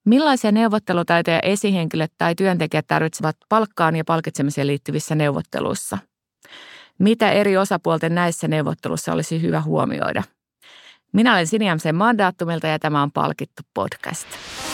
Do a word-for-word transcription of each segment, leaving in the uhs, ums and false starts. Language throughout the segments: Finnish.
Millaisia neuvottelutaitoja esihenkilöt tai työntekijät tarvitsevat palkkaan ja palkitsemiseen liittyvissä neuvotteluissa? Mitä eri osapuolten näissä neuvotteluissa olisi hyvä huomioida? Minä olen Sini M C Mandaattumilta ja tämä on Palkittu podcast.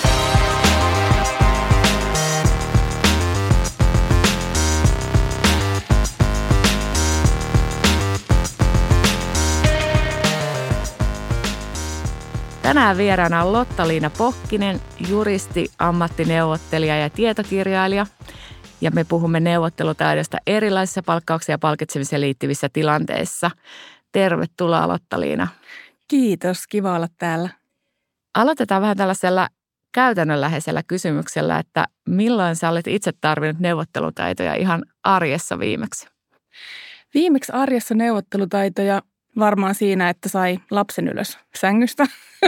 Tänään vieraana on Lotta-Liina Pokkinen, juristi, ammattineuvottelija ja tietokirjailija. Ja me puhumme neuvottelutaidosta erilaisissa palkkaukseen ja palkitsemiseen liittyvissä tilanteissa. Tervetuloa, Lotta-Liina. Kiitos, kiva olla täällä. Aloitetaan vähän tällaisella käytännönläheisellä kysymyksellä, että milloin sä olet itse tarvinnut neuvottelutaitoja ihan arjessa viimeksi? Viimeksi arjessa neuvottelutaitoja varmaan siinä, että sai lapsen ylös sängystä,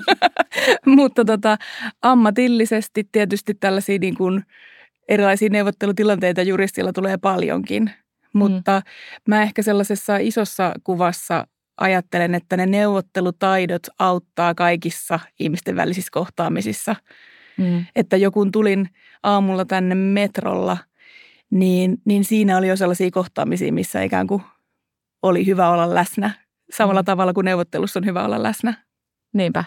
mutta tota, ammatillisesti tietysti tällaisia niin kuin erilaisia neuvottelutilanteita juristilla tulee paljonkin, mutta mm. mä ehkä sellaisessa isossa kuvassa ajattelen, että ne neuvottelutaidot auttaa kaikissa ihmisten välisissä kohtaamisissa. Mm. Että jo kun tulin aamulla tänne metrolla, niin, niin siinä oli jo sellaisia kohtaamisia, missä ikään kuin oli hyvä olla läsnä. Samalla mm. tavalla kuin neuvottelussa on hyvä olla läsnä. Niinpä.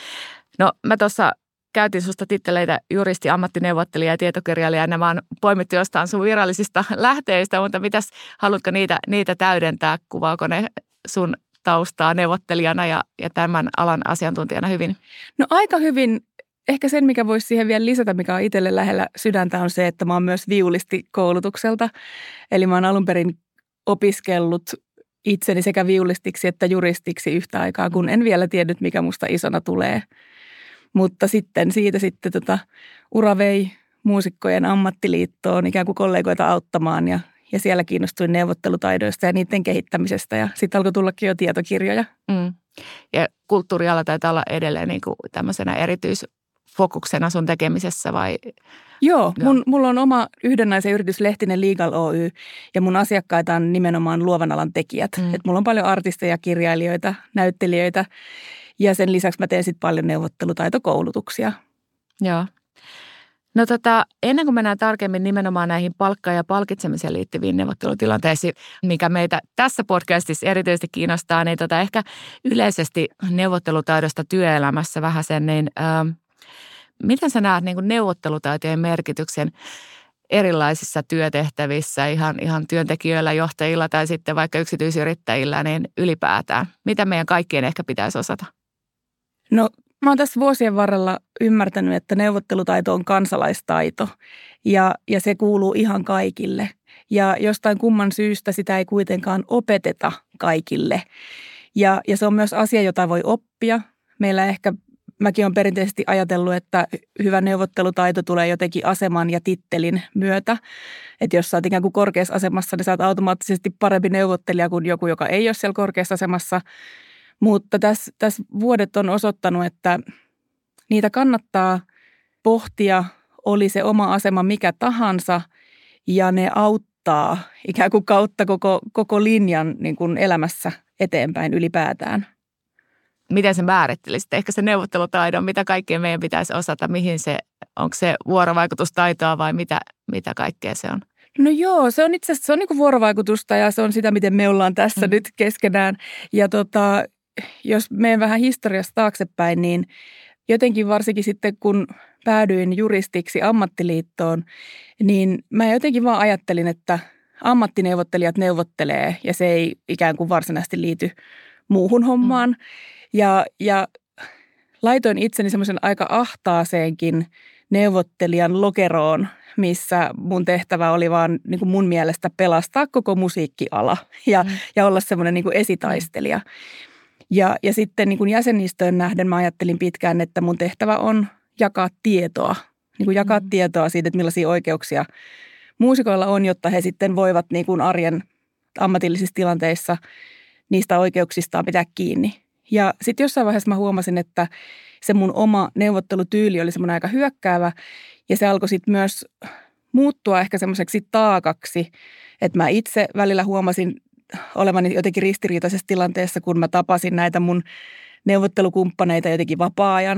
No mä tuossa käytin susta titteleitä juristi, ammattineuvottelija ja tietokirjailija. Nämä on poimittu jostain sun virallisista lähteistä, mutta mitäs, haluatko niitä, niitä täydentää? Kuvaako ne sun taustaa neuvottelijana ja, ja tämän alan asiantuntijana hyvin? No aika hyvin. Ehkä sen, mikä voisi siihen vielä lisätä, mikä on itselle lähellä sydäntä, on se, että mä oon myös viulisti koulutukselta. Eli mä oon alun perin opiskellut itseni sekä viulistiksi että juristiksi yhtä aikaa, kun en vielä tiennyt, mikä musta isona tulee. Mutta sitten siitä sitten tota, ura vei muusikkojen ammattiliittoon ikään kuin kollegoita auttamaan ja, ja siellä kiinnostuin neuvottelutaidoista ja niiden kehittämisestä ja sitten alkoi tullakin jo tietokirjoja. Mm. Ja kulttuuriala taitaa olla edelleen niin kuin tämmöisenä erityisfokuksena sun tekemisessä vai? Joo, mun, mulla on oma yhdennäisen yritys Lehtinen Legal Oy ja mun asiakkaita on nimenomaan luovan alan tekijät. Mm. Et mulla on paljon artisteja, kirjailijoita, näyttelijöitä ja sen lisäksi mä teen sitten paljon neuvottelutaitokoulutuksia. Joo. No tota, ennen kuin mennään tarkemmin nimenomaan näihin palkkaan ja palkitsemiseen liittyviin neuvottelutilanteisiin, mikä meitä tässä podcastissa erityisesti kiinnostaa, niin tota ehkä yleisesti neuvottelutaidosta työelämässä vähän sen, niin ähm, miten sä näet niin kuin neuvottelutaitojen merkityksen erilaisissa työtehtävissä, ihan, ihan työntekijöillä, johtajilla tai sitten vaikka yksityisyrittäjillä, niin ylipäätään? Mitä meidän kaikkien ehkä pitäisi osata? No mä oon tässä vuosien varrella ymmärtänyt, että neuvottelutaito on kansalaistaito ja, ja se kuuluu ihan kaikille. Ja jostain kumman syystä sitä ei kuitenkaan opeteta kaikille. Ja, ja se on myös asia, jota voi oppia. Meillä ehkä Mäkin olen perinteisesti ajatellut, että hyvä neuvottelutaito tulee jotenkin aseman ja tittelin myötä. Että jos sä oot ikään kuin korkeassa asemassa, niin sä oot automaattisesti parempi neuvottelija kuin joku, joka ei ole siellä korkeassa asemassa. Mutta tässä, tässä vuodet on osoittanut, että niitä kannattaa pohtia, oli se oma asema mikä tahansa, ja ne auttaa ikään kuin kautta koko, koko linjan niin kuin elämässä eteenpäin ylipäätään. Miten se määrittelisit? Ehkä se neuvottelutaidon, mitä kaikkea meidän pitäisi osata, mihin se, onko se vuorovaikutustaitoa vai mitä, mitä kaikkea se on? No joo, se on itse asiassa se on niin kuin vuorovaikutusta ja se on sitä, miten me ollaan tässä mm. nyt keskenään. Ja tota, jos menen vähän historiasta taaksepäin, niin jotenkin varsinkin sitten kun päädyin juristiksi ammattiliittoon, niin mä jotenkin vaan ajattelin, että ammattineuvottelijat neuvottelee ja se ei ikään kuin varsinaisesti liity muuhun hommaan. Mm. Ja, ja laitoin itseni semmoisen aika ahtaaseenkin neuvottelijan lokeroon, missä mun tehtävä oli vaan niin kuin mun mielestä pelastaa koko musiikkiala ja, mm. ja olla semmoinen niin kuin esitaistelija. Ja, ja sitten niin kuin jäsenistöön nähden mä ajattelin pitkään, että mun tehtävä on jakaa tietoa, niin kuin jakaa mm. tietoa siitä, että millaisia oikeuksia muusikoilla on, jotta he sitten voivat niin kuin arjen ammatillisissa tilanteissa niistä oikeuksistaan pitää kiinni. Ja sitten jossain vaiheessa mä huomasin, että se mun oma neuvottelutyyli oli semmoinen aika hyökkäävä ja se alkoi sitten myös muuttua ehkä semmoiseksi taakaksi, että mä itse välillä huomasin olevani jotenkin ristiriitaisessa tilanteessa, kun mä tapasin näitä mun neuvottelukumppaneita jotenkin vapaa-ajan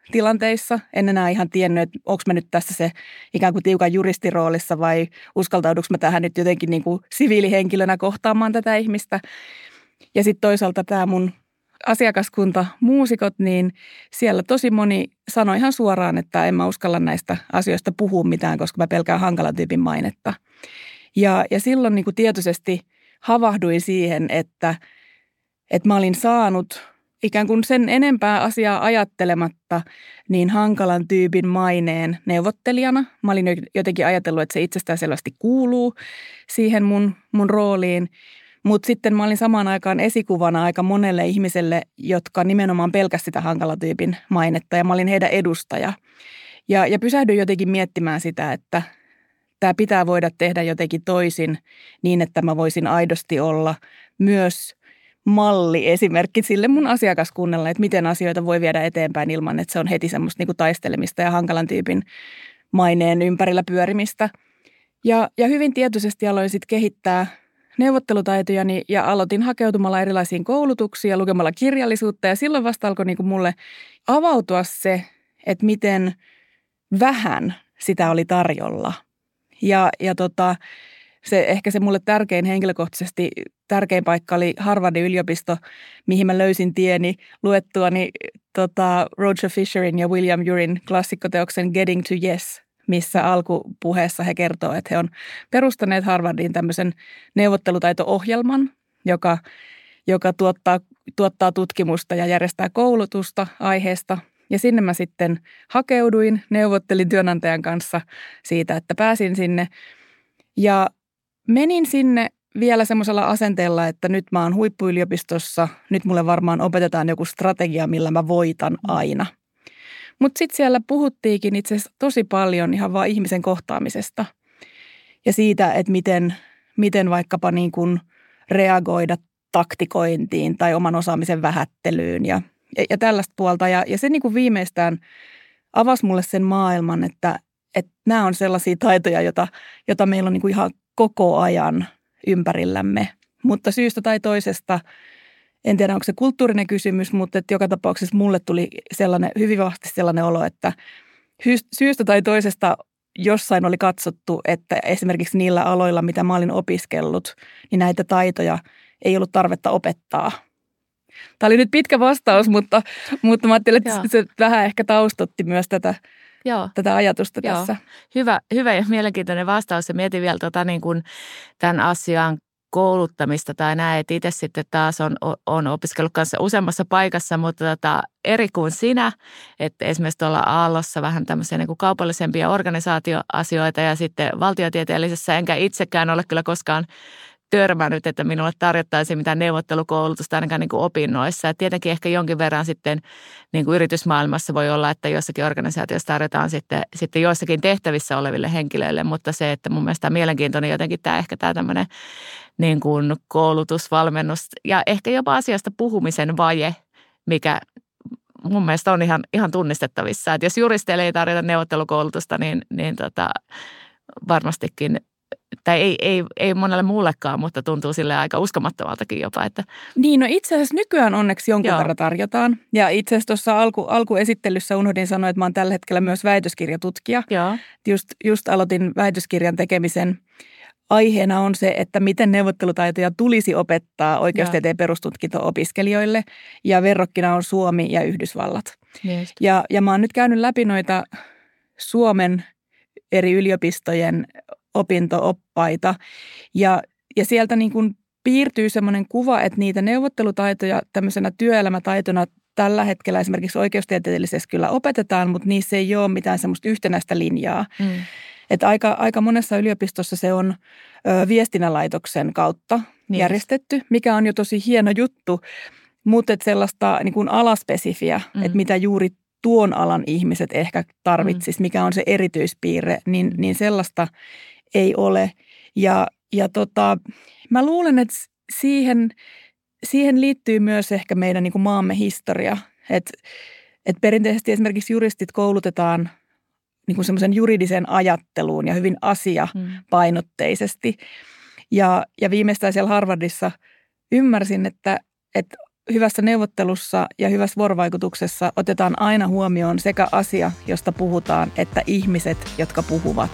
tilanteissa. En enää ihan tiennyt, että onko mä nyt tässä se ikään kuin tiukan juristiroolissa vai uskaltauduks mä tähän nyt jotenkin niin kuin siviilihenkilönä kohtaamaan tätä ihmistä. Ja sitten toisaalta tämä mun asiakaskunta, muusikot, niin siellä tosi moni sanoi ihan suoraan, että en mä uskalla näistä asioista puhua mitään, koska mä pelkään hankalan tyypin mainetta. Ja, ja silloin niin kuin tietoisesti havahduin siihen, että, että mä olin saanut ikään kuin sen enempää asiaa ajattelematta niin hankalan tyypin maineen neuvottelijana. Mä olin jotenkin ajatellut, että se itsestään selvästi kuuluu siihen mun, mun rooliin. Mutta sitten mä olin samaan aikaan esikuvana aika monelle ihmiselle, jotka nimenomaan pelkäsivät sitä hankalan tyypin mainetta ja mä olin heidän edustaja. Ja, ja pysähdyin jotenkin miettimään sitä, että tämä pitää voida tehdä jotenkin toisin niin, että mä voisin aidosti olla myös malli esimerkki sille mun asiakaskunnalle, että miten asioita voi viedä eteenpäin ilman, että se on heti semmoista niinku taistelemista ja hankalan tyypin maineen ympärillä pyörimistä. Ja, ja hyvin tietoisesti aloin sitten kehittää neuvottelutaitojani ja aloitin hakeutumalla erilaisiin koulutuksiin ja lukemalla kirjallisuutta. Ja silloin vasta alkoi niinku mulle avautua se, että miten vähän sitä oli tarjolla. Ja, ja tota, se, ehkä se mulle tärkein henkilökohtaisesti, tärkein paikka oli Harvardin yliopisto, mihin mä löysin tieni luettuani tota, Roger Fisherin ja William Urin klassikkoteoksen Getting to Yes, missä alkupuheessa he kertoo, että he on perustaneet Harvardiin tämmöisen neuvottelutaito-ohjelman, joka, joka tuottaa, tuottaa tutkimusta ja järjestää koulutusta aiheesta. Ja sinne mä sitten hakeuduin, neuvottelin työnantajan kanssa siitä, että pääsin sinne. Ja menin sinne vielä semmoisella asenteella, että nyt mä oon huippuyliopistossa, nyt mulle varmaan opetetaan joku strategia, millä mä voitan aina. Mutta sitten siellä puhuttiinkin itse asiassa tosi paljon ihan vaan ihmisen kohtaamisesta ja siitä, että miten, miten vaikkapa niin kuin reagoida taktikointiin tai oman osaamisen vähättelyyn ja, ja, ja tällaista puolta. Ja, ja se niin kuin viimeistään avasi mulle sen maailman, että, että nämä on sellaisia taitoja, jota, jota meillä on niin kuin ihan koko ajan ympärillämme, mutta syystä tai toisesta. En tiedä, onko se kulttuurinen kysymys, mutta että joka tapauksessa mulle tuli sellainen, hyvin vahvasti sellainen olo, että syystä tai toisesta jossain oli katsottu, että esimerkiksi niillä aloilla, mitä mä olin opiskellut, niin näitä taitoja ei ollut tarvetta opettaa. Tämä oli nyt pitkä vastaus, mutta, mutta mä ajattelin, että se vähän ehkä taustotti myös tätä, Joo. tätä ajatusta Joo. tässä. Hyvä, hyvä ja mielenkiintoinen vastaus. Ja mietin vielä tota, niin kuin tämän asian kouluttamista tai näin, että itse sitten taas on, on opiskellut kanssa useammassa paikassa, mutta tota, eri kuin sinä, että esimerkiksi tuolla Aallossa vähän tämmöisiä niin kuin kaupallisempia organisaatioasioita ja sitten valtiotieteellisessä, enkä itsekään ole kyllä koskaan törmännyt, että minulle tarjottaisiin mitään neuvottelukoulutusta ainakaan niin kuin opinnoissa. Ja tietenkin ehkä jonkin verran sitten niin kuin yritysmaailmassa voi olla, että jossakin organisaatiossa tarjotaan sitten, sitten joissakin tehtävissä oleville henkilöille, mutta se, että mun mielestä on mielenkiintoinen jotenkin tämä ehkä tämä tämmöinen niin kuin koulutus, valmennus ja ehkä jopa asiasta puhumisen vaje, mikä mun mielestä on ihan, ihan tunnistettavissa. Että jos juristeille ei tarjota neuvottelukoulutusta, niin, niin tota, varmastikin tai ei, ei, ei monelle muullekaan, mutta tuntuu sille aika uskomattomaltakin jopa. Että. Niin, no itse asiassa nykyään onneksi jonkun Joo. verran tarjotaan. Ja itse asiassa tuossa alku, alkuesittelyssä unohdin sanoa, että mä oon tällä hetkellä myös väitöskirjatutkija. Joo. Just, just aloitin väitöskirjan tekemisen. Aiheena on se, että miten neuvottelutaitoja tulisi opettaa oikeustieteen perustutkinto-opiskelijoille. Ja verrokkina on Suomi ja Yhdysvallat. Ja, ja mä oon nyt käynyt läpi noita Suomen eri yliopistojen opinto-oppaita ja, ja sieltä niin kuin piirtyy semmoinen kuva, että niitä neuvottelutaitoja tämmöisenä työelämätaitona tällä hetkellä esimerkiksi oikeustieteellisessä kyllä opetetaan, mutta niissä ei ole mitään semmoista yhtenäistä linjaa. Mm. Että aika, aika monessa yliopistossa se on ö, viestinnänlaitoksen kautta niin. järjestetty, mikä on jo tosi hieno juttu, mutta että sellaista niin kuin alaspesifiä, mm. että mitä juuri tuon alan ihmiset ehkä tarvitsis, mm. mikä on se erityispiirre, niin, niin sellaista ei ole. Ja, ja tota, mä luulen, että siihen, siihen liittyy myös ehkä meidän niin kuin maamme historia. Että et perinteisesti esimerkiksi juristit koulutetaan niin kuin semmoisen juridisen ajatteluun ja hyvin asiapainotteisesti. Ja, ja viimeistään siellä Harvardissa ymmärsin, että, että hyvässä neuvottelussa ja hyvässä vuorovaikutuksessa otetaan aina huomioon sekä asia, josta puhutaan, että ihmiset, jotka puhuvat.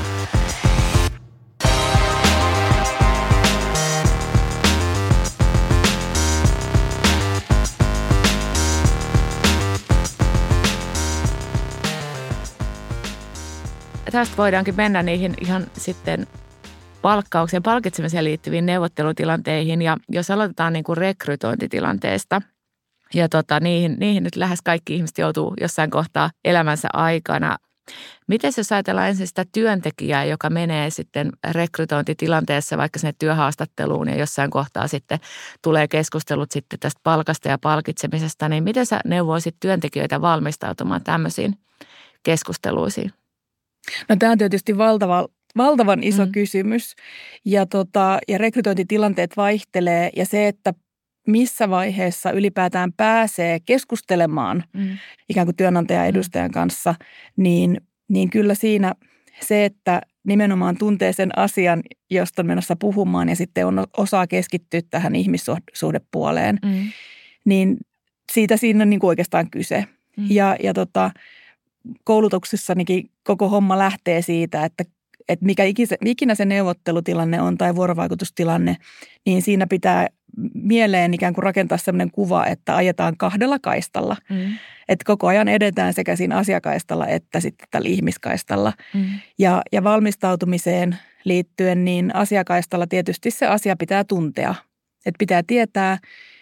Tästä voidaankin mennä niihin ihan sitten palkkaukseen, palkitsemiseen liittyviin neuvottelutilanteihin. Ja jos aloitetaan niin kuin rekrytointitilanteesta, ja tota, niihin, niihin nyt lähes kaikki ihmiset joutuu jossain kohtaa elämänsä aikana. Miten jos ajatellaan ensin sitä työntekijää, joka menee sitten rekrytointitilanteessa vaikka sinne työhaastatteluun ja jossain kohtaa sitten tulee keskustelut sitten tästä palkasta ja palkitsemisesta, niin miten sä neuvoisit työntekijöitä valmistautumaan tämmöisiin keskusteluisiin? No tämä on tietysti valtava, valtavan iso mm. kysymys ja, tota, ja rekrytointitilanteet vaihtelee ja se, että missä vaiheessa ylipäätään pääsee keskustelemaan mm. ikään kuin työnantajan edustajan mm. kanssa, niin, niin kyllä siinä se, että nimenomaan tuntee sen asian, josta on menossa puhumaan ja sitten on osaa keskittyä tähän ihmissuhdepuoleen, mm. niin siitä siinä on niin kuin oikeastaan kyse. Mm. Ja, ja tota, koulutuksessanikin koko homma lähtee siitä, että, että mikä ikinä se neuvottelutilanne on tai vuorovaikutustilanne, niin siinä pitää mieleen ikään kuin rakentaa sellainen kuva, että ajetaan kahdella kaistalla. Mm. Että koko ajan edetään sekä siinä asiakaistalla että sitten tällä ihmiskaistalla. Mm. Ja, ja valmistautumiseen liittyen, niin asiakaistalla tietysti se asia pitää tuntea. Että pitää tietää,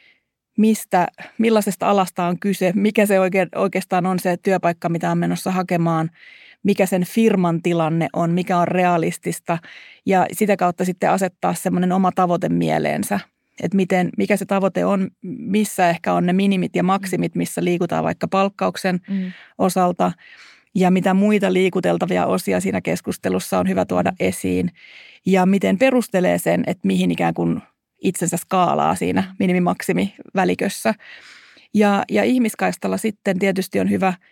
mistä, millaisesta alasta on kyse, mikä se oike, oikeastaan on se työpaikka, mitä on menossa hakemaan, mikä sen firman tilanne on, mikä on realistista ja sitä kautta sitten asettaa semmoinen oma tavoite mieleensä, että miten, mikä se tavoite on, missä ehkä on ne minimit ja maksimit, missä liikutaan vaikka palkkauksen mm. osalta ja mitä muita liikuteltavia osia siinä keskustelussa on hyvä tuoda esiin ja miten perustelee sen, että mihin ikään kuin itsensä skaalaa siinä minimimaksimivälikössä. Ja, ja ihmiskaistalla sitten tietysti on hyvä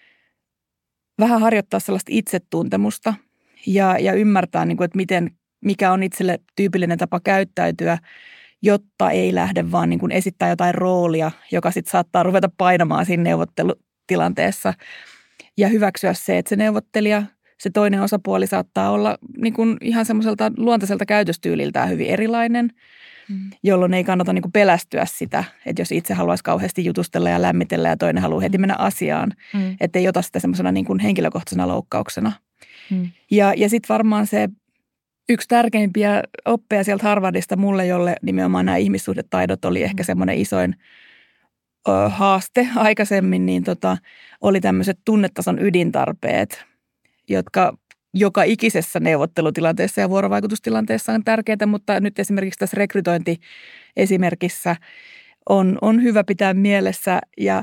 vähän harjoittaa sellaista itsetuntemusta ja, ja ymmärtää, niin kuin, että miten, mikä on itselle tyypillinen tapa käyttäytyä, jotta ei lähde vaan niin kuin esittää jotain roolia, joka sitten saattaa ruveta painamaan siinä neuvottelutilanteessa. Ja hyväksyä se, että se neuvottelija, se toinen osapuoli saattaa olla niin kuin ihan semmoiselta luontaiselta käytöstyyliltään hyvin erilainen, Mm. jolloin ei kannata niin kuin pelästyä sitä, että jos itse haluaisi kauheasti jutustella ja lämmitellä ja toinen haluaa heti mennä asiaan, mm. että ei ota sitä semmoisena niin kuin henkilökohtaisena loukkauksena. Mm. Ja, ja sitten varmaan se yksi tärkeimpiä oppeja sieltä Harvardista mulle, jolle nimenomaan nämä ihmissuhdetaidot oli ehkä semmoinen isoin ö, haaste aikaisemmin, niin tota, oli tämmöiset tunnetason ydintarpeet, jotka joka ikisessä neuvottelutilanteessa ja vuorovaikutustilanteessa on tärkeää, mutta nyt esimerkiksi tässä rekrytointiesimerkissä on, on hyvä pitää mielessä ja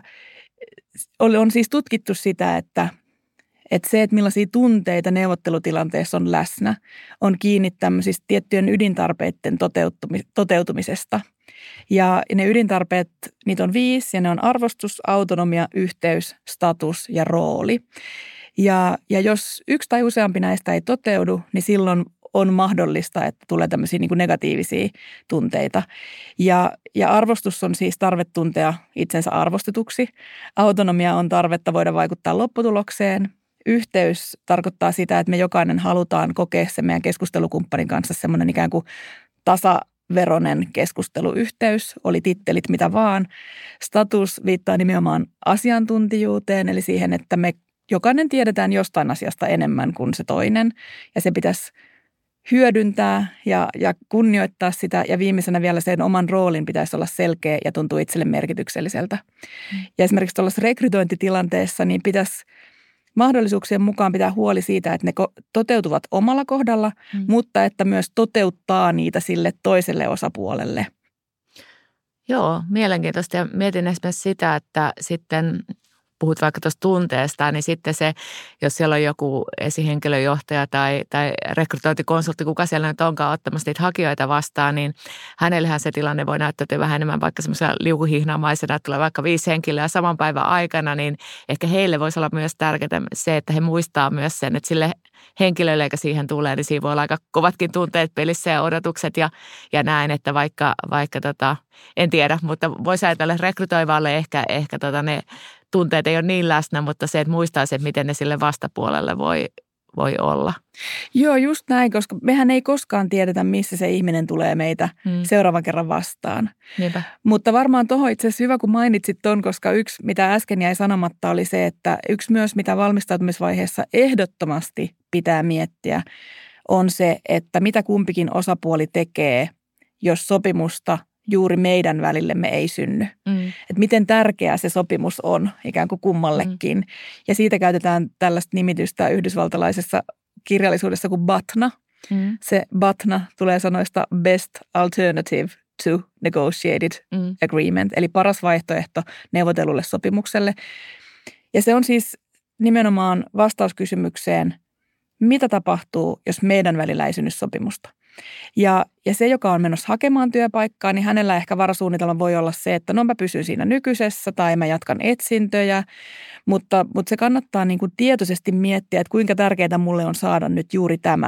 on siis tutkittu sitä, että, että se, että millaisia tunteita neuvottelutilanteessa on läsnä, on kiinni tämmöisistä tiettyjen ydintarpeiden toteutumisesta. Ja ne ydintarpeet, niitä on viisi ja ne on arvostus, autonomia, yhteys, status ja rooli. Ja, ja jos yksi tai useampi näistä ei toteudu, niin silloin on mahdollista, että tulee tämmöisiä niin kuin negatiivisia tunteita. Ja, ja arvostus on siis tarve tuntea itsensä arvostetuksi. Autonomia on tarvetta voida vaikuttaa lopputulokseen. Yhteys tarkoittaa sitä, että me jokainen halutaan kokea se meidän keskustelukumppanin kanssa semmoinen ikään kuin tasaveroinen keskusteluyhteys, oli tittelit mitä vaan. Status viittaa nimenomaan asiantuntijuuteen, eli siihen, että me jokainen tiedetään jostain asiasta enemmän kuin se toinen ja se pitäisi hyödyntää ja, ja kunnioittaa sitä ja viimeisenä vielä sen oman roolin pitäisi olla selkeä ja tuntua itselle merkitykselliseltä. Mm. Ja esimerkiksi tuollaisessa rekrytointitilanteessa niin pitäisi mahdollisuuksien mukaan pitää huoli siitä, että ne toteutuvat omalla kohdalla, mm. mutta että myös toteuttaa niitä sille toiselle osapuolelle. Joo, mielenkiintoista ja mietin esimerkiksi sitä, että sitten puhut vaikka tuosta tunteesta, niin sitten se, jos siellä on joku esihenkilöjohtaja tai, tai rekrytointikonsultti, kuka siellä nyt onkaan ottamassa niitä hakijoita vastaan, niin hänellähän se tilanne voi näyttäytyä vähän enemmän vaikka semmoisella liukuhihnamaisena, että tulee vaikka viisi henkilöä saman päivän aikana, niin ehkä heille voisi olla myös tärkeää se, että he muistaa myös sen, että sille henkilölle, eikä siihen tulee, niin siinä voi olla aika kovatkin tunteet pelissä ja odotukset ja, ja näin, että vaikka, vaikka tota, en tiedä, mutta voisi ajatella rekrytoivalle ehkä, ehkä tota ne tunteet ei ole niin läsnä, mutta se, että muistaisi, että miten ne sille vastapuolelle voi, voi olla. Joo, just näin, koska mehän ei koskaan tiedetä, missä se ihminen tulee meitä hmm. seuraavan kerran vastaan. Niinpä. Mutta varmaan tuohon itse asiassa hyvä, kun mainitsit ton, koska yksi, mitä äsken jäi sanomatta, oli se, että yksi myös, mitä valmistautumisvaiheessa ehdottomasti pitää miettiä, on se, että mitä kumpikin osapuoli tekee, jos sopimusta juuri meidän välillemme ei synny. Mm. Että miten tärkeä se sopimus on ikään kuin kummallekin. Mm. Ja siitä käytetään tällaista nimitystä yhdysvaltalaisessa kirjallisuudessa kuin BATNA. Mm. Se BATNA tulee sanoista Best Alternative to Negotiated mm. Agreement, eli paras vaihtoehto neuvotellulle sopimukselle. Ja se on siis nimenomaan vastaus kysymykseen, mitä tapahtuu, jos meidän välillä ei synny sopimusta. Ja, ja se, joka on menossa hakemaan työpaikkaa, niin hänellä ehkä varasuunnitelma voi olla se, että no mä pysyn siinä nykyisessä tai mä jatkan etsintöjä, mutta, mutta se kannattaa niin kuin tietoisesti miettiä, että kuinka tärkeää mulle on saada nyt juuri tämä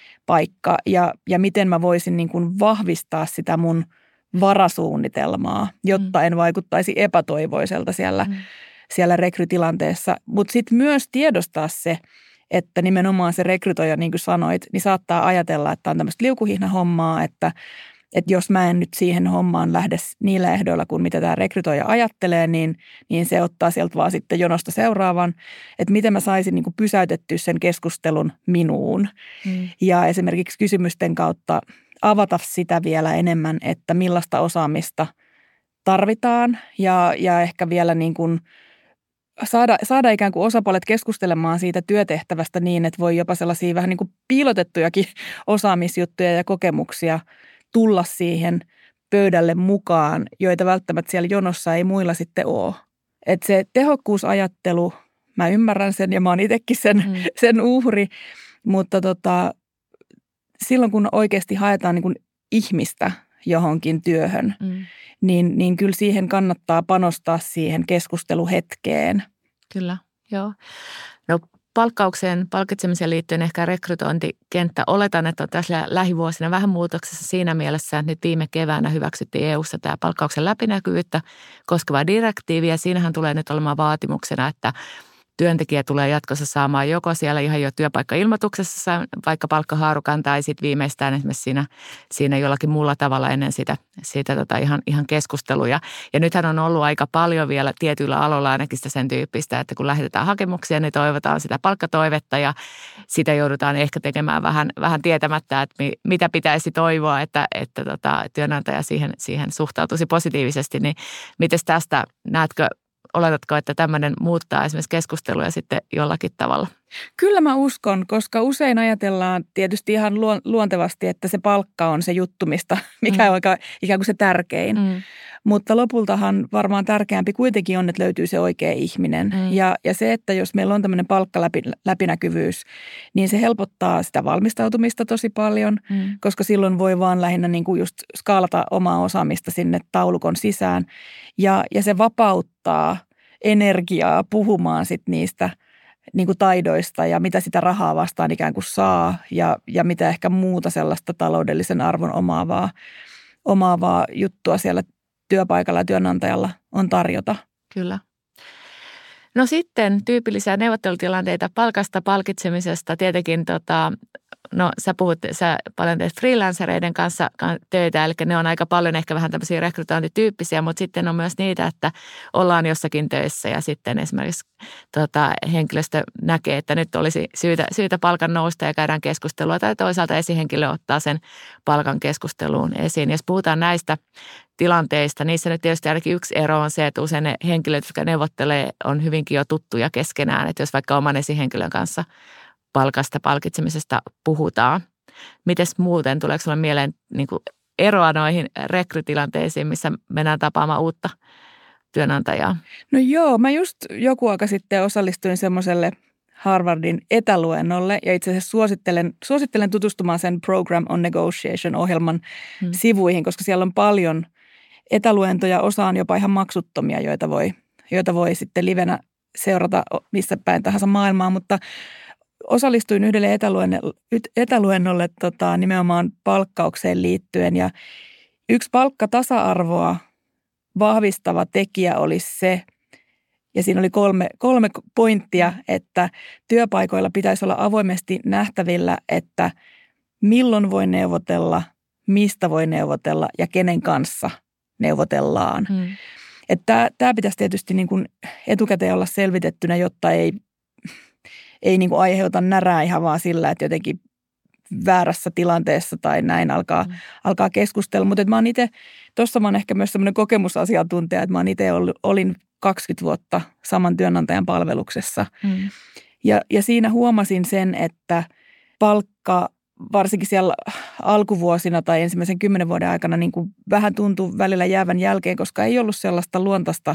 paikka ja, ja miten mä voisin niin kuin vahvistaa sitä mun varasuunnitelmaa, jotta en vaikuttaisi epätoivoiselta siellä, mm. siellä rekrytilanteessa, mutta sitten myös tiedostaa se, että nimenomaan se rekrytoija, niin kuin sanoit, niin saattaa ajatella, että on tämmöistä liukuhihnahommaa, että, että jos mä en nyt siihen hommaan lähde niillä ehdoilla, kuin mitä tämä rekrytoija ajattelee, niin, niin se ottaa sieltä vaan sitten jonosta seuraavan, että miten mä saisin niin kuin pysäytettyä sen keskustelun minuun. Mm. Ja esimerkiksi kysymysten kautta avata sitä vielä enemmän, että millaista osaamista tarvitaan ja, ja ehkä vielä niin kuin Saada, saada ikään kuin osapuolet keskustelemaan siitä työtehtävästä niin, että voi jopa sellaisia vähän niin kuin piilotettujakin osaamisjuttuja ja kokemuksia tulla siihen pöydälle mukaan, joita välttämättä siellä jonossa ei muilla sitten ole. Että se tehokkuusajattelu, mä ymmärrän sen ja mä oon itsekin sen, mm. sen uhri, mutta tota, silloin kun oikeasti haetaan niin kuin ihmistä johonkin työhön, mm. Niin, niin kyllä siihen kannattaa panostaa siihen keskusteluhetkeen. Kyllä, joo. No palkkaukseen, palkitsemiseen liittyen ehkä rekrytointikenttä. Oletan, että on tässä lähivuosina vähän muutoksessa siinä mielessä, että nyt viime keväänä hyväksyttiin E U:ssa tämä palkkauksen läpinäkyvyyttä koskeva direktiivi. Ja siinähän tulee nyt olemaan vaatimuksena, että työntekijä tulee jatkossa saamaan joko siellä ihan jo työpaikkailmoituksessa vaikka palkkahaarukan tai sitten viimeistään esimerkiksi siinä, siinä jollakin muulla tavalla ennen sitä, sitä tota ihan, ihan keskusteluja. Ja nythän on ollut aika paljon vielä tietyillä aloilla ainakin sitä sen tyyppistä, että kun lähetetään hakemuksia, niin toivotaan sitä palkkatoivetta ja sitä joudutaan ehkä tekemään vähän, vähän tietämättä, että mi, mitä pitäisi toivoa, että, että tota, työnantaja siihen, siihen suhtautuisi positiivisesti. Niin miten tästä näetkö? Oletatko, että tämmöinen muuttaa esimerkiksi keskusteluja sitten jollakin tavalla? Kyllä mä uskon, koska usein ajatellaan tietysti ihan luontevasti, että se palkka on se juttu, mistä, mikä mm. on aika, ikään kuin se tärkein. Mm. Mutta lopultahan varmaan tärkeämpi kuitenkin on, että löytyy se oikea ihminen. Mm. Ja, ja se, että jos meillä on tämmöinen palkkaläpinäkyvyys, niin se helpottaa sitä valmistautumista tosi paljon, mm. koska silloin voi vaan lähinnä niin kuin just skaalata omaa osaamista sinne taulukon sisään. Ja, ja se vapauttaa energiaa puhumaan sit niistä niin kuin taidoista ja mitä sitä rahaa vastaan ikään kuin saa ja, ja mitä ehkä muuta sellaista taloudellisen arvon omaavaa, omaavaa juttua siellä työpaikalla ja työnantajalla on tarjota. Kyllä. No sitten tyypillisiä neuvottelutilanteita palkasta, palkitsemisesta. Tietenkin tota, no sä puhut, sä paljon teet freelancereiden kanssa töitä, eli ne on aika paljon ehkä vähän tämmöisiä rekrytointityyppisiä, mutta sitten on myös niitä, että ollaan jossakin töissä ja sitten esimerkiksi tota, henkilöstö näkee, että nyt olisi syytä, syytä palkan nousta ja käydään keskustelua tai toisaalta esihenkilö ottaa sen palkan keskusteluun esiin. Jos puhutaan näistä tilanteista, niissä nyt tietysti ainakin yksi ero on se, että usein ne henkilöt, jotka neuvottelee, on hyvinkin jo tuttuja keskenään, että jos vaikka oman esihenkilön kanssa palkasta, palkitsemisesta puhutaan. Mites muuten, tuleeko sinulle mieleen niin kuin eroa noihin rekrytilanteisiin, missä mennään tapaamaan uutta työnantajaa? No joo, mä just joku aika sitten osallistuin semmoiselle Harvardin etäluennolle ja itse asiassa suosittelen, suosittelen tutustumaan sen Program on Negotiation-ohjelman hmm. sivuihin, koska siellä on paljon etäluentoja, osa on jopa ihan maksuttomia, joita voi, joita voi sitten livenä seurata missä päin tahansa maailmaa, mutta osallistuin yhdelle etäluennolle, etäluennolle tota, nimenomaan palkkaukseen liittyen ja yksi palkkatasa-arvoa vahvistava tekijä olisi se, ja siinä oli kolme, kolme pointtia, että työpaikoilla pitäisi olla avoimesti nähtävillä, että milloin voi neuvotella, mistä voi neuvotella ja kenen kanssa neuvotellaan. Hmm. Että tämä pitäisi tietysti niin kuin etukäteen olla selvitettynä, jotta ei, ei niin kuin aiheuta närää ihan vaan sillä, että jotenkin väärässä tilanteessa tai näin alkaa, mm. alkaa keskustella. Mutta mä oon itse, tuossa mä oon ehkä myös semmoinen kokemusasiantuntija, että mä oon itse ollut, olin kaksikymmentä vuotta saman työnantajan palveluksessa. Mm. Ja, ja siinä huomasin sen, että palkka varsinkin siellä alkuvuosina tai ensimmäisen kymmenen vuoden aikana niin kuin vähän tuntuu välillä jäävän jälkeen, koska ei ollut sellaista luontaista,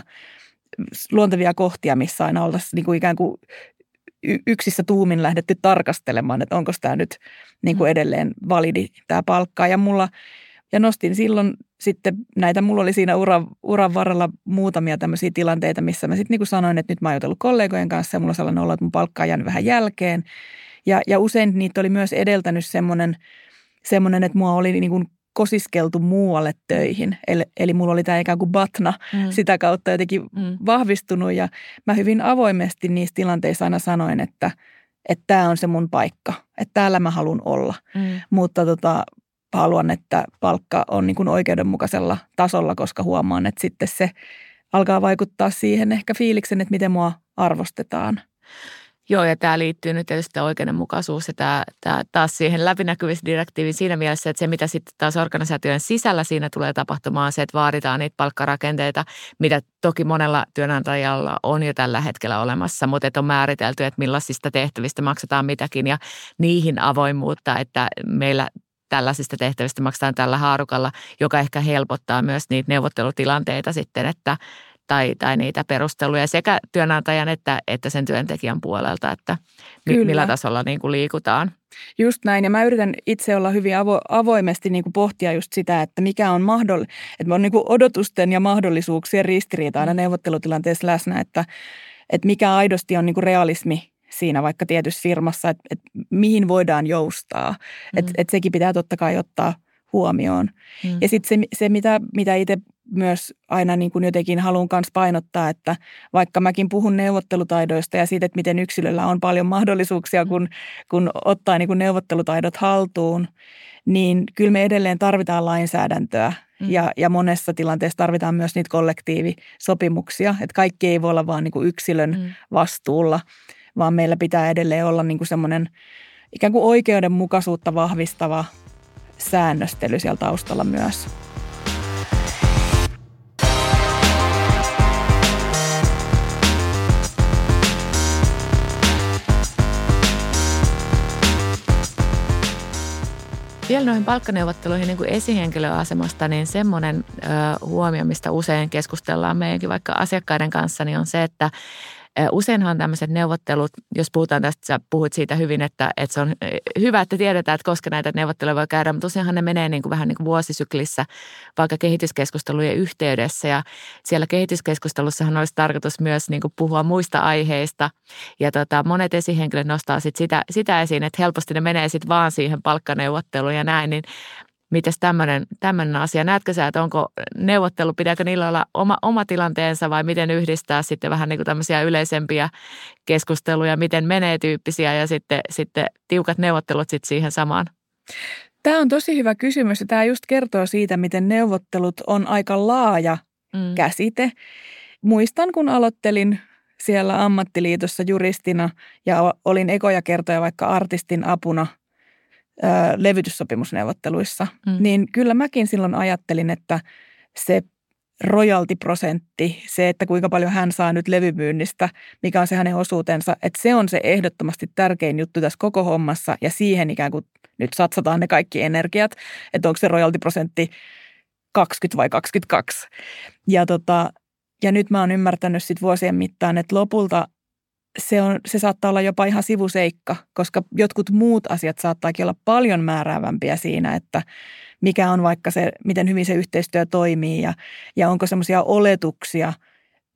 luontevia kohtia, missä aina oltaisiin niin kuin ikään kuin yksissä tuumin lähdetty tarkastelemaan, että onko tämä nyt niin kuin edelleen validi tämä palkka. Ja, mulla, ja nostin silloin sitten näitä, mulla oli siinä uran, uran varrella muutamia tämmöisiä tilanteita, missä mä sitten niin kuin sanoin, että nyt mä oon jutellut kollegojen kanssa ja mulla on sellainen olo, että mun palkka on jäänyt vähän jälkeen. Ja, ja usein niitä oli myös edeltänyt semmoinen, semmoinen että mua oli niin kuin kosiskeltu muualle töihin. Eli, eli mulla oli tämä ikään kuin batna mm. sitä kautta jotenkin mm. vahvistunut ja mä hyvin avoimesti niissä tilanteissa aina sanoin, että että tämä on se mun paikka, että täällä mä haluan olla. Mm. Mutta tota, haluan, että palkka on niin kuin oikeudenmukaisella tasolla, koska huomaan, että sitten se alkaa vaikuttaa siihen ehkä fiiliksen, että miten mua arvostetaan. Joo, ja tämä liittyy nyt tietysti oikeudenmukaisuus ja tämä, tämä taas siihen läpinäkyvyysdirektiiviin siinä mielessä, että se mitä sitten taas organisaatioiden sisällä siinä tulee tapahtumaan se, että vaaditaan niitä palkkarakenteita, mitä toki monella työnantajalla on jo tällä hetkellä olemassa, mutta että on määritelty, että millaisista tehtävistä maksetaan mitäkin ja niihin avoimuutta, että meillä tällaisista tehtävistä maksetaan tällä haarukalla, joka ehkä helpottaa myös niitä neuvottelutilanteita sitten, että Tai, tai niitä perusteluja sekä työnantajan että, että sen työntekijän puolelta, että Kyllä. millä tasolla niin kuin liikutaan. Just näin, ja mä yritän itse olla hyvin avo, avoimesti niin kuin pohtia just sitä, että mikä on mahdollista, että on niin kuin odotusten ja mahdollisuuksien ristiriita aina neuvottelutilanteessa läsnä, että, että mikä aidosti on niin kuin realismi siinä vaikka tietyssä firmassa, että, että mihin voidaan joustaa, mm. että, että sekin pitää totta kai ottaa huomioon. Mm. Ja sitten se, se mitä, mitä itse myös aina niin kuin jotenkin haluan kanssa painottaa, että vaikka mäkin puhun neuvottelutaidoista ja siitä, että miten yksilöllä on paljon mahdollisuuksia, kun, kun ottaa niin kuin neuvottelutaidot haltuun, niin kyllä me edelleen tarvitaan lainsäädäntöä mm. ja, ja monessa tilanteessa tarvitaan myös niitä kollektiivisopimuksia, että kaikki ei voi olla vaan niin kuin yksilön mm. vastuulla, vaan meillä pitää edelleen olla niin kuin semmoinen ikään kuin oikeudenmukaisuutta vahvistava säännöstely siellä taustalla myös. Vielä noihin palkkaneuvotteluihin niin kuin esihenkilöasemasta, niin semmoinen ö, huomio, mistä usein keskustellaan meidänkin vaikka asiakkaiden kanssa, niin on se, että useinhan tämmöiset neuvottelut, jos puhutaan tästä, sä puhuit siitä hyvin, että, että se on hyvä, että tiedetään, että koska näitä neuvotteluja voi käydä, mutta useinhan ne menee niin kuin vähän niin kuin vuosisyklissä, vaikka kehityskeskustelujen yhteydessä. Ja siellä kehityskeskustelussahan olisi tarkoitus myös niin kuin puhua muista aiheista. Ja tota, monet esihenkilöt nostaa sit sitä, sitä esiin, että helposti ne menee sitten vaan siihen palkkaneuvotteluun ja näin, niin mites tämmöinen, tämmöinen asia? Näetkö sä, että onko neuvottelu, pitääkö niillä olla oma, oma tilanteensa vai miten yhdistää sitten vähän niin kuin tämmöisiä yleisempiä keskusteluja, miten menee tyyppisiä ja sitten, sitten tiukat neuvottelut sitten siihen samaan? Tämä on tosi hyvä kysymys ja tämä just kertoo siitä, miten neuvottelut on aika laaja mm. käsite. Muistan, kun aloittelin siellä ammattiliitossa juristina ja olin ekoja kertoja vaikka artistin apuna levytyssopimusneuvotteluissa, mm. niin kyllä mäkin silloin ajattelin, että se royalty-prosentti, se, että kuinka paljon hän saa nyt levymyynnistä, mikä on se hänen osuutensa, että se on se ehdottomasti tärkein juttu tässä koko hommassa ja siihen ikään kuin nyt satsataan ne kaikki energiat, että onko se royalty-prosentti kaksikymmentä vai kaksikymmentäkaksi. Ja, tota, ja nyt mä oon ymmärtänyt sit vuosien mittaan, että lopulta Se, on, se saattaa olla jopa ihan sivuseikka, koska jotkut muut asiat saattaakin olla paljon määräävämpiä siinä, että mikä on vaikka se, miten hyvin se yhteistyö toimii ja, ja onko semmoisia oletuksia,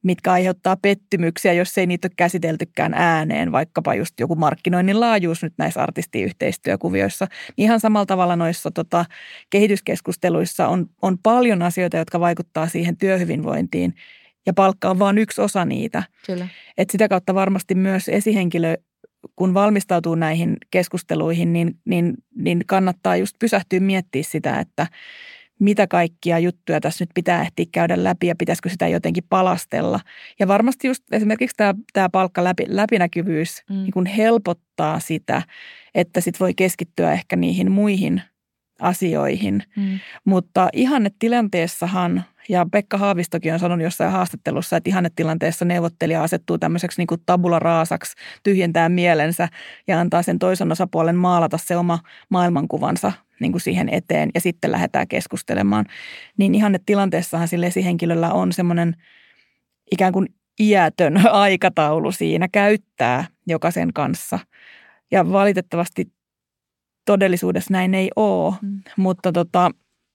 mitkä aiheuttaa pettymyksiä, jos ei niitä ole käsiteltykään ääneen, vaikkapa just joku markkinoinnin laajuus nyt näissä artistiyhteistyökuvioissa. Ihan samalla tavalla noissa tota, kehityskeskusteluissa on, on paljon asioita, jotka vaikuttaa siihen työhyvinvointiin ja palkka on vain yksi osa niitä. Kyllä. Et sitä kautta varmasti myös esihenkilö, kun valmistautuu näihin keskusteluihin, niin, niin, niin kannattaa just pysähtyä miettiä sitä, että mitä kaikkia juttuja tässä nyt pitää ehtiä käydä läpi ja pitäisikö sitä jotenkin palastella. Ja varmasti just esimerkiksi tämä, tämä palkka läpi, läpinäkyvyys mm. niin kuin helpottaa sitä, että sit voi keskittyä ehkä niihin muihin asioihin. Mm. Mutta ihannetilanteessahan, ja Pekka Haavistokin on sanonut jossain haastattelussa, että ihannetilanteessa neuvottelija asettuu tämmöiseksi niin kuin tabula raasaksi, tyhjentää mielensä ja antaa sen toisen osapuolen maalata se oma maailmankuvansa niin kuin siihen eteen ja sitten lähdetään keskustelemaan. Niin ihannetilanteessahan sillä esihenkilöllä on semmoinen ikään kuin iätön aikataulu siinä käyttää jokaisen kanssa. Ja valitettavasti todellisuudessa näin ei ole, mm. mutta tota,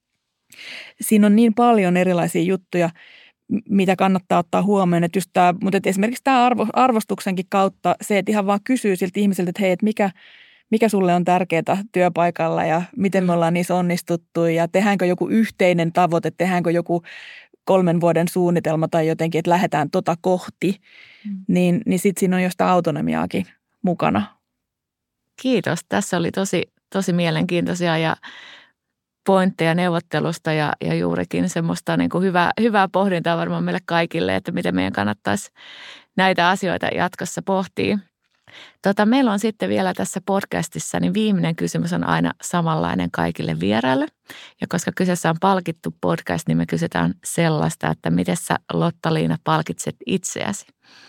siinä on niin paljon erilaisia juttuja, mitä kannattaa ottaa huomioon. Että just tämä, mutta että esimerkiksi tämä arvo, arvostuksenkin kautta se, että ihan vaan kysyy siltä ihmiseltä, että hei, että mikä, mikä sulle on tärkeää työpaikalla ja miten me ollaan niissä onnistuttu ja tehdäänkö joku yhteinen tavoite, tehdäänkö joku kolmen vuoden suunnitelma tai jotenkin, että lähdetään tota kohti, mm. niin, niin sitten siinä on jostain autonomiaakin mukana. Kiitos. Tässä oli tosi, tosi mielenkiintoisia ja pointteja neuvottelusta ja, ja juurikin semmoista niin kuin hyvää, hyvää pohdintaa varmaan meille kaikille, että miten meidän kannattaisi näitä asioita jatkossa pohtia. Tota, meillä on sitten vielä tässä podcastissa, niin viimeinen kysymys on aina samanlainen kaikille vieraille. Ja koska kyseessä on palkittu podcast, niin me kysytään sellaista, että miten sä Lotta-Liina palkitset itseäsi?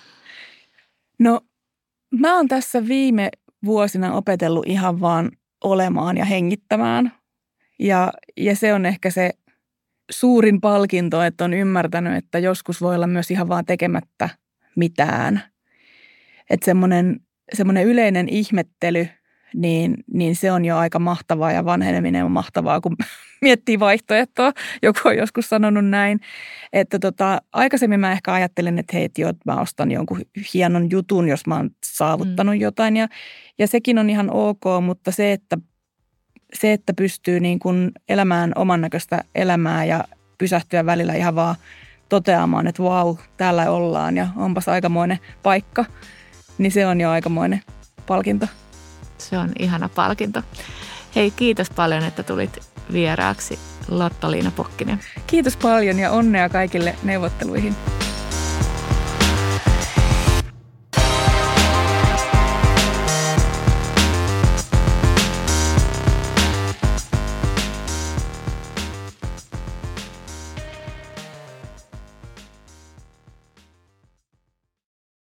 No mä oon tässä viime vuosina opetellut ihan vaan olemaan ja hengittämään. Ja, ja se on ehkä se suurin palkinto, että on ymmärtänyt, että joskus voi olla myös ihan vaan tekemättä mitään. Että semmoinen, semmoinen yleinen ihmettely, niin, niin se on jo aika mahtavaa ja vanheneminen on mahtavaa, kun miettii vaihtoehtoa. Joku on joskus sanonut näin, että tota, aikaisemmin mä ehkä ajattelin, että hei, että joo, mä ostan jonkun hienon jutun, jos mä oon saavuttanut mm. jotain ja, ja sekin on ihan ok, mutta se, että Se, että pystyy niin kuin elämään oman näköistä elämää ja pysähtyä välillä ihan vaan toteamaan, että vau, täällä ollaan ja onpas aikamoinen paikka, niin se on jo aikamoinen palkinto. Se on ihana palkinto. Hei, kiitos paljon, että tulit vieraaksi, Lotta-Liina Pokkinen. Kiitos paljon ja onnea kaikille neuvotteluihin.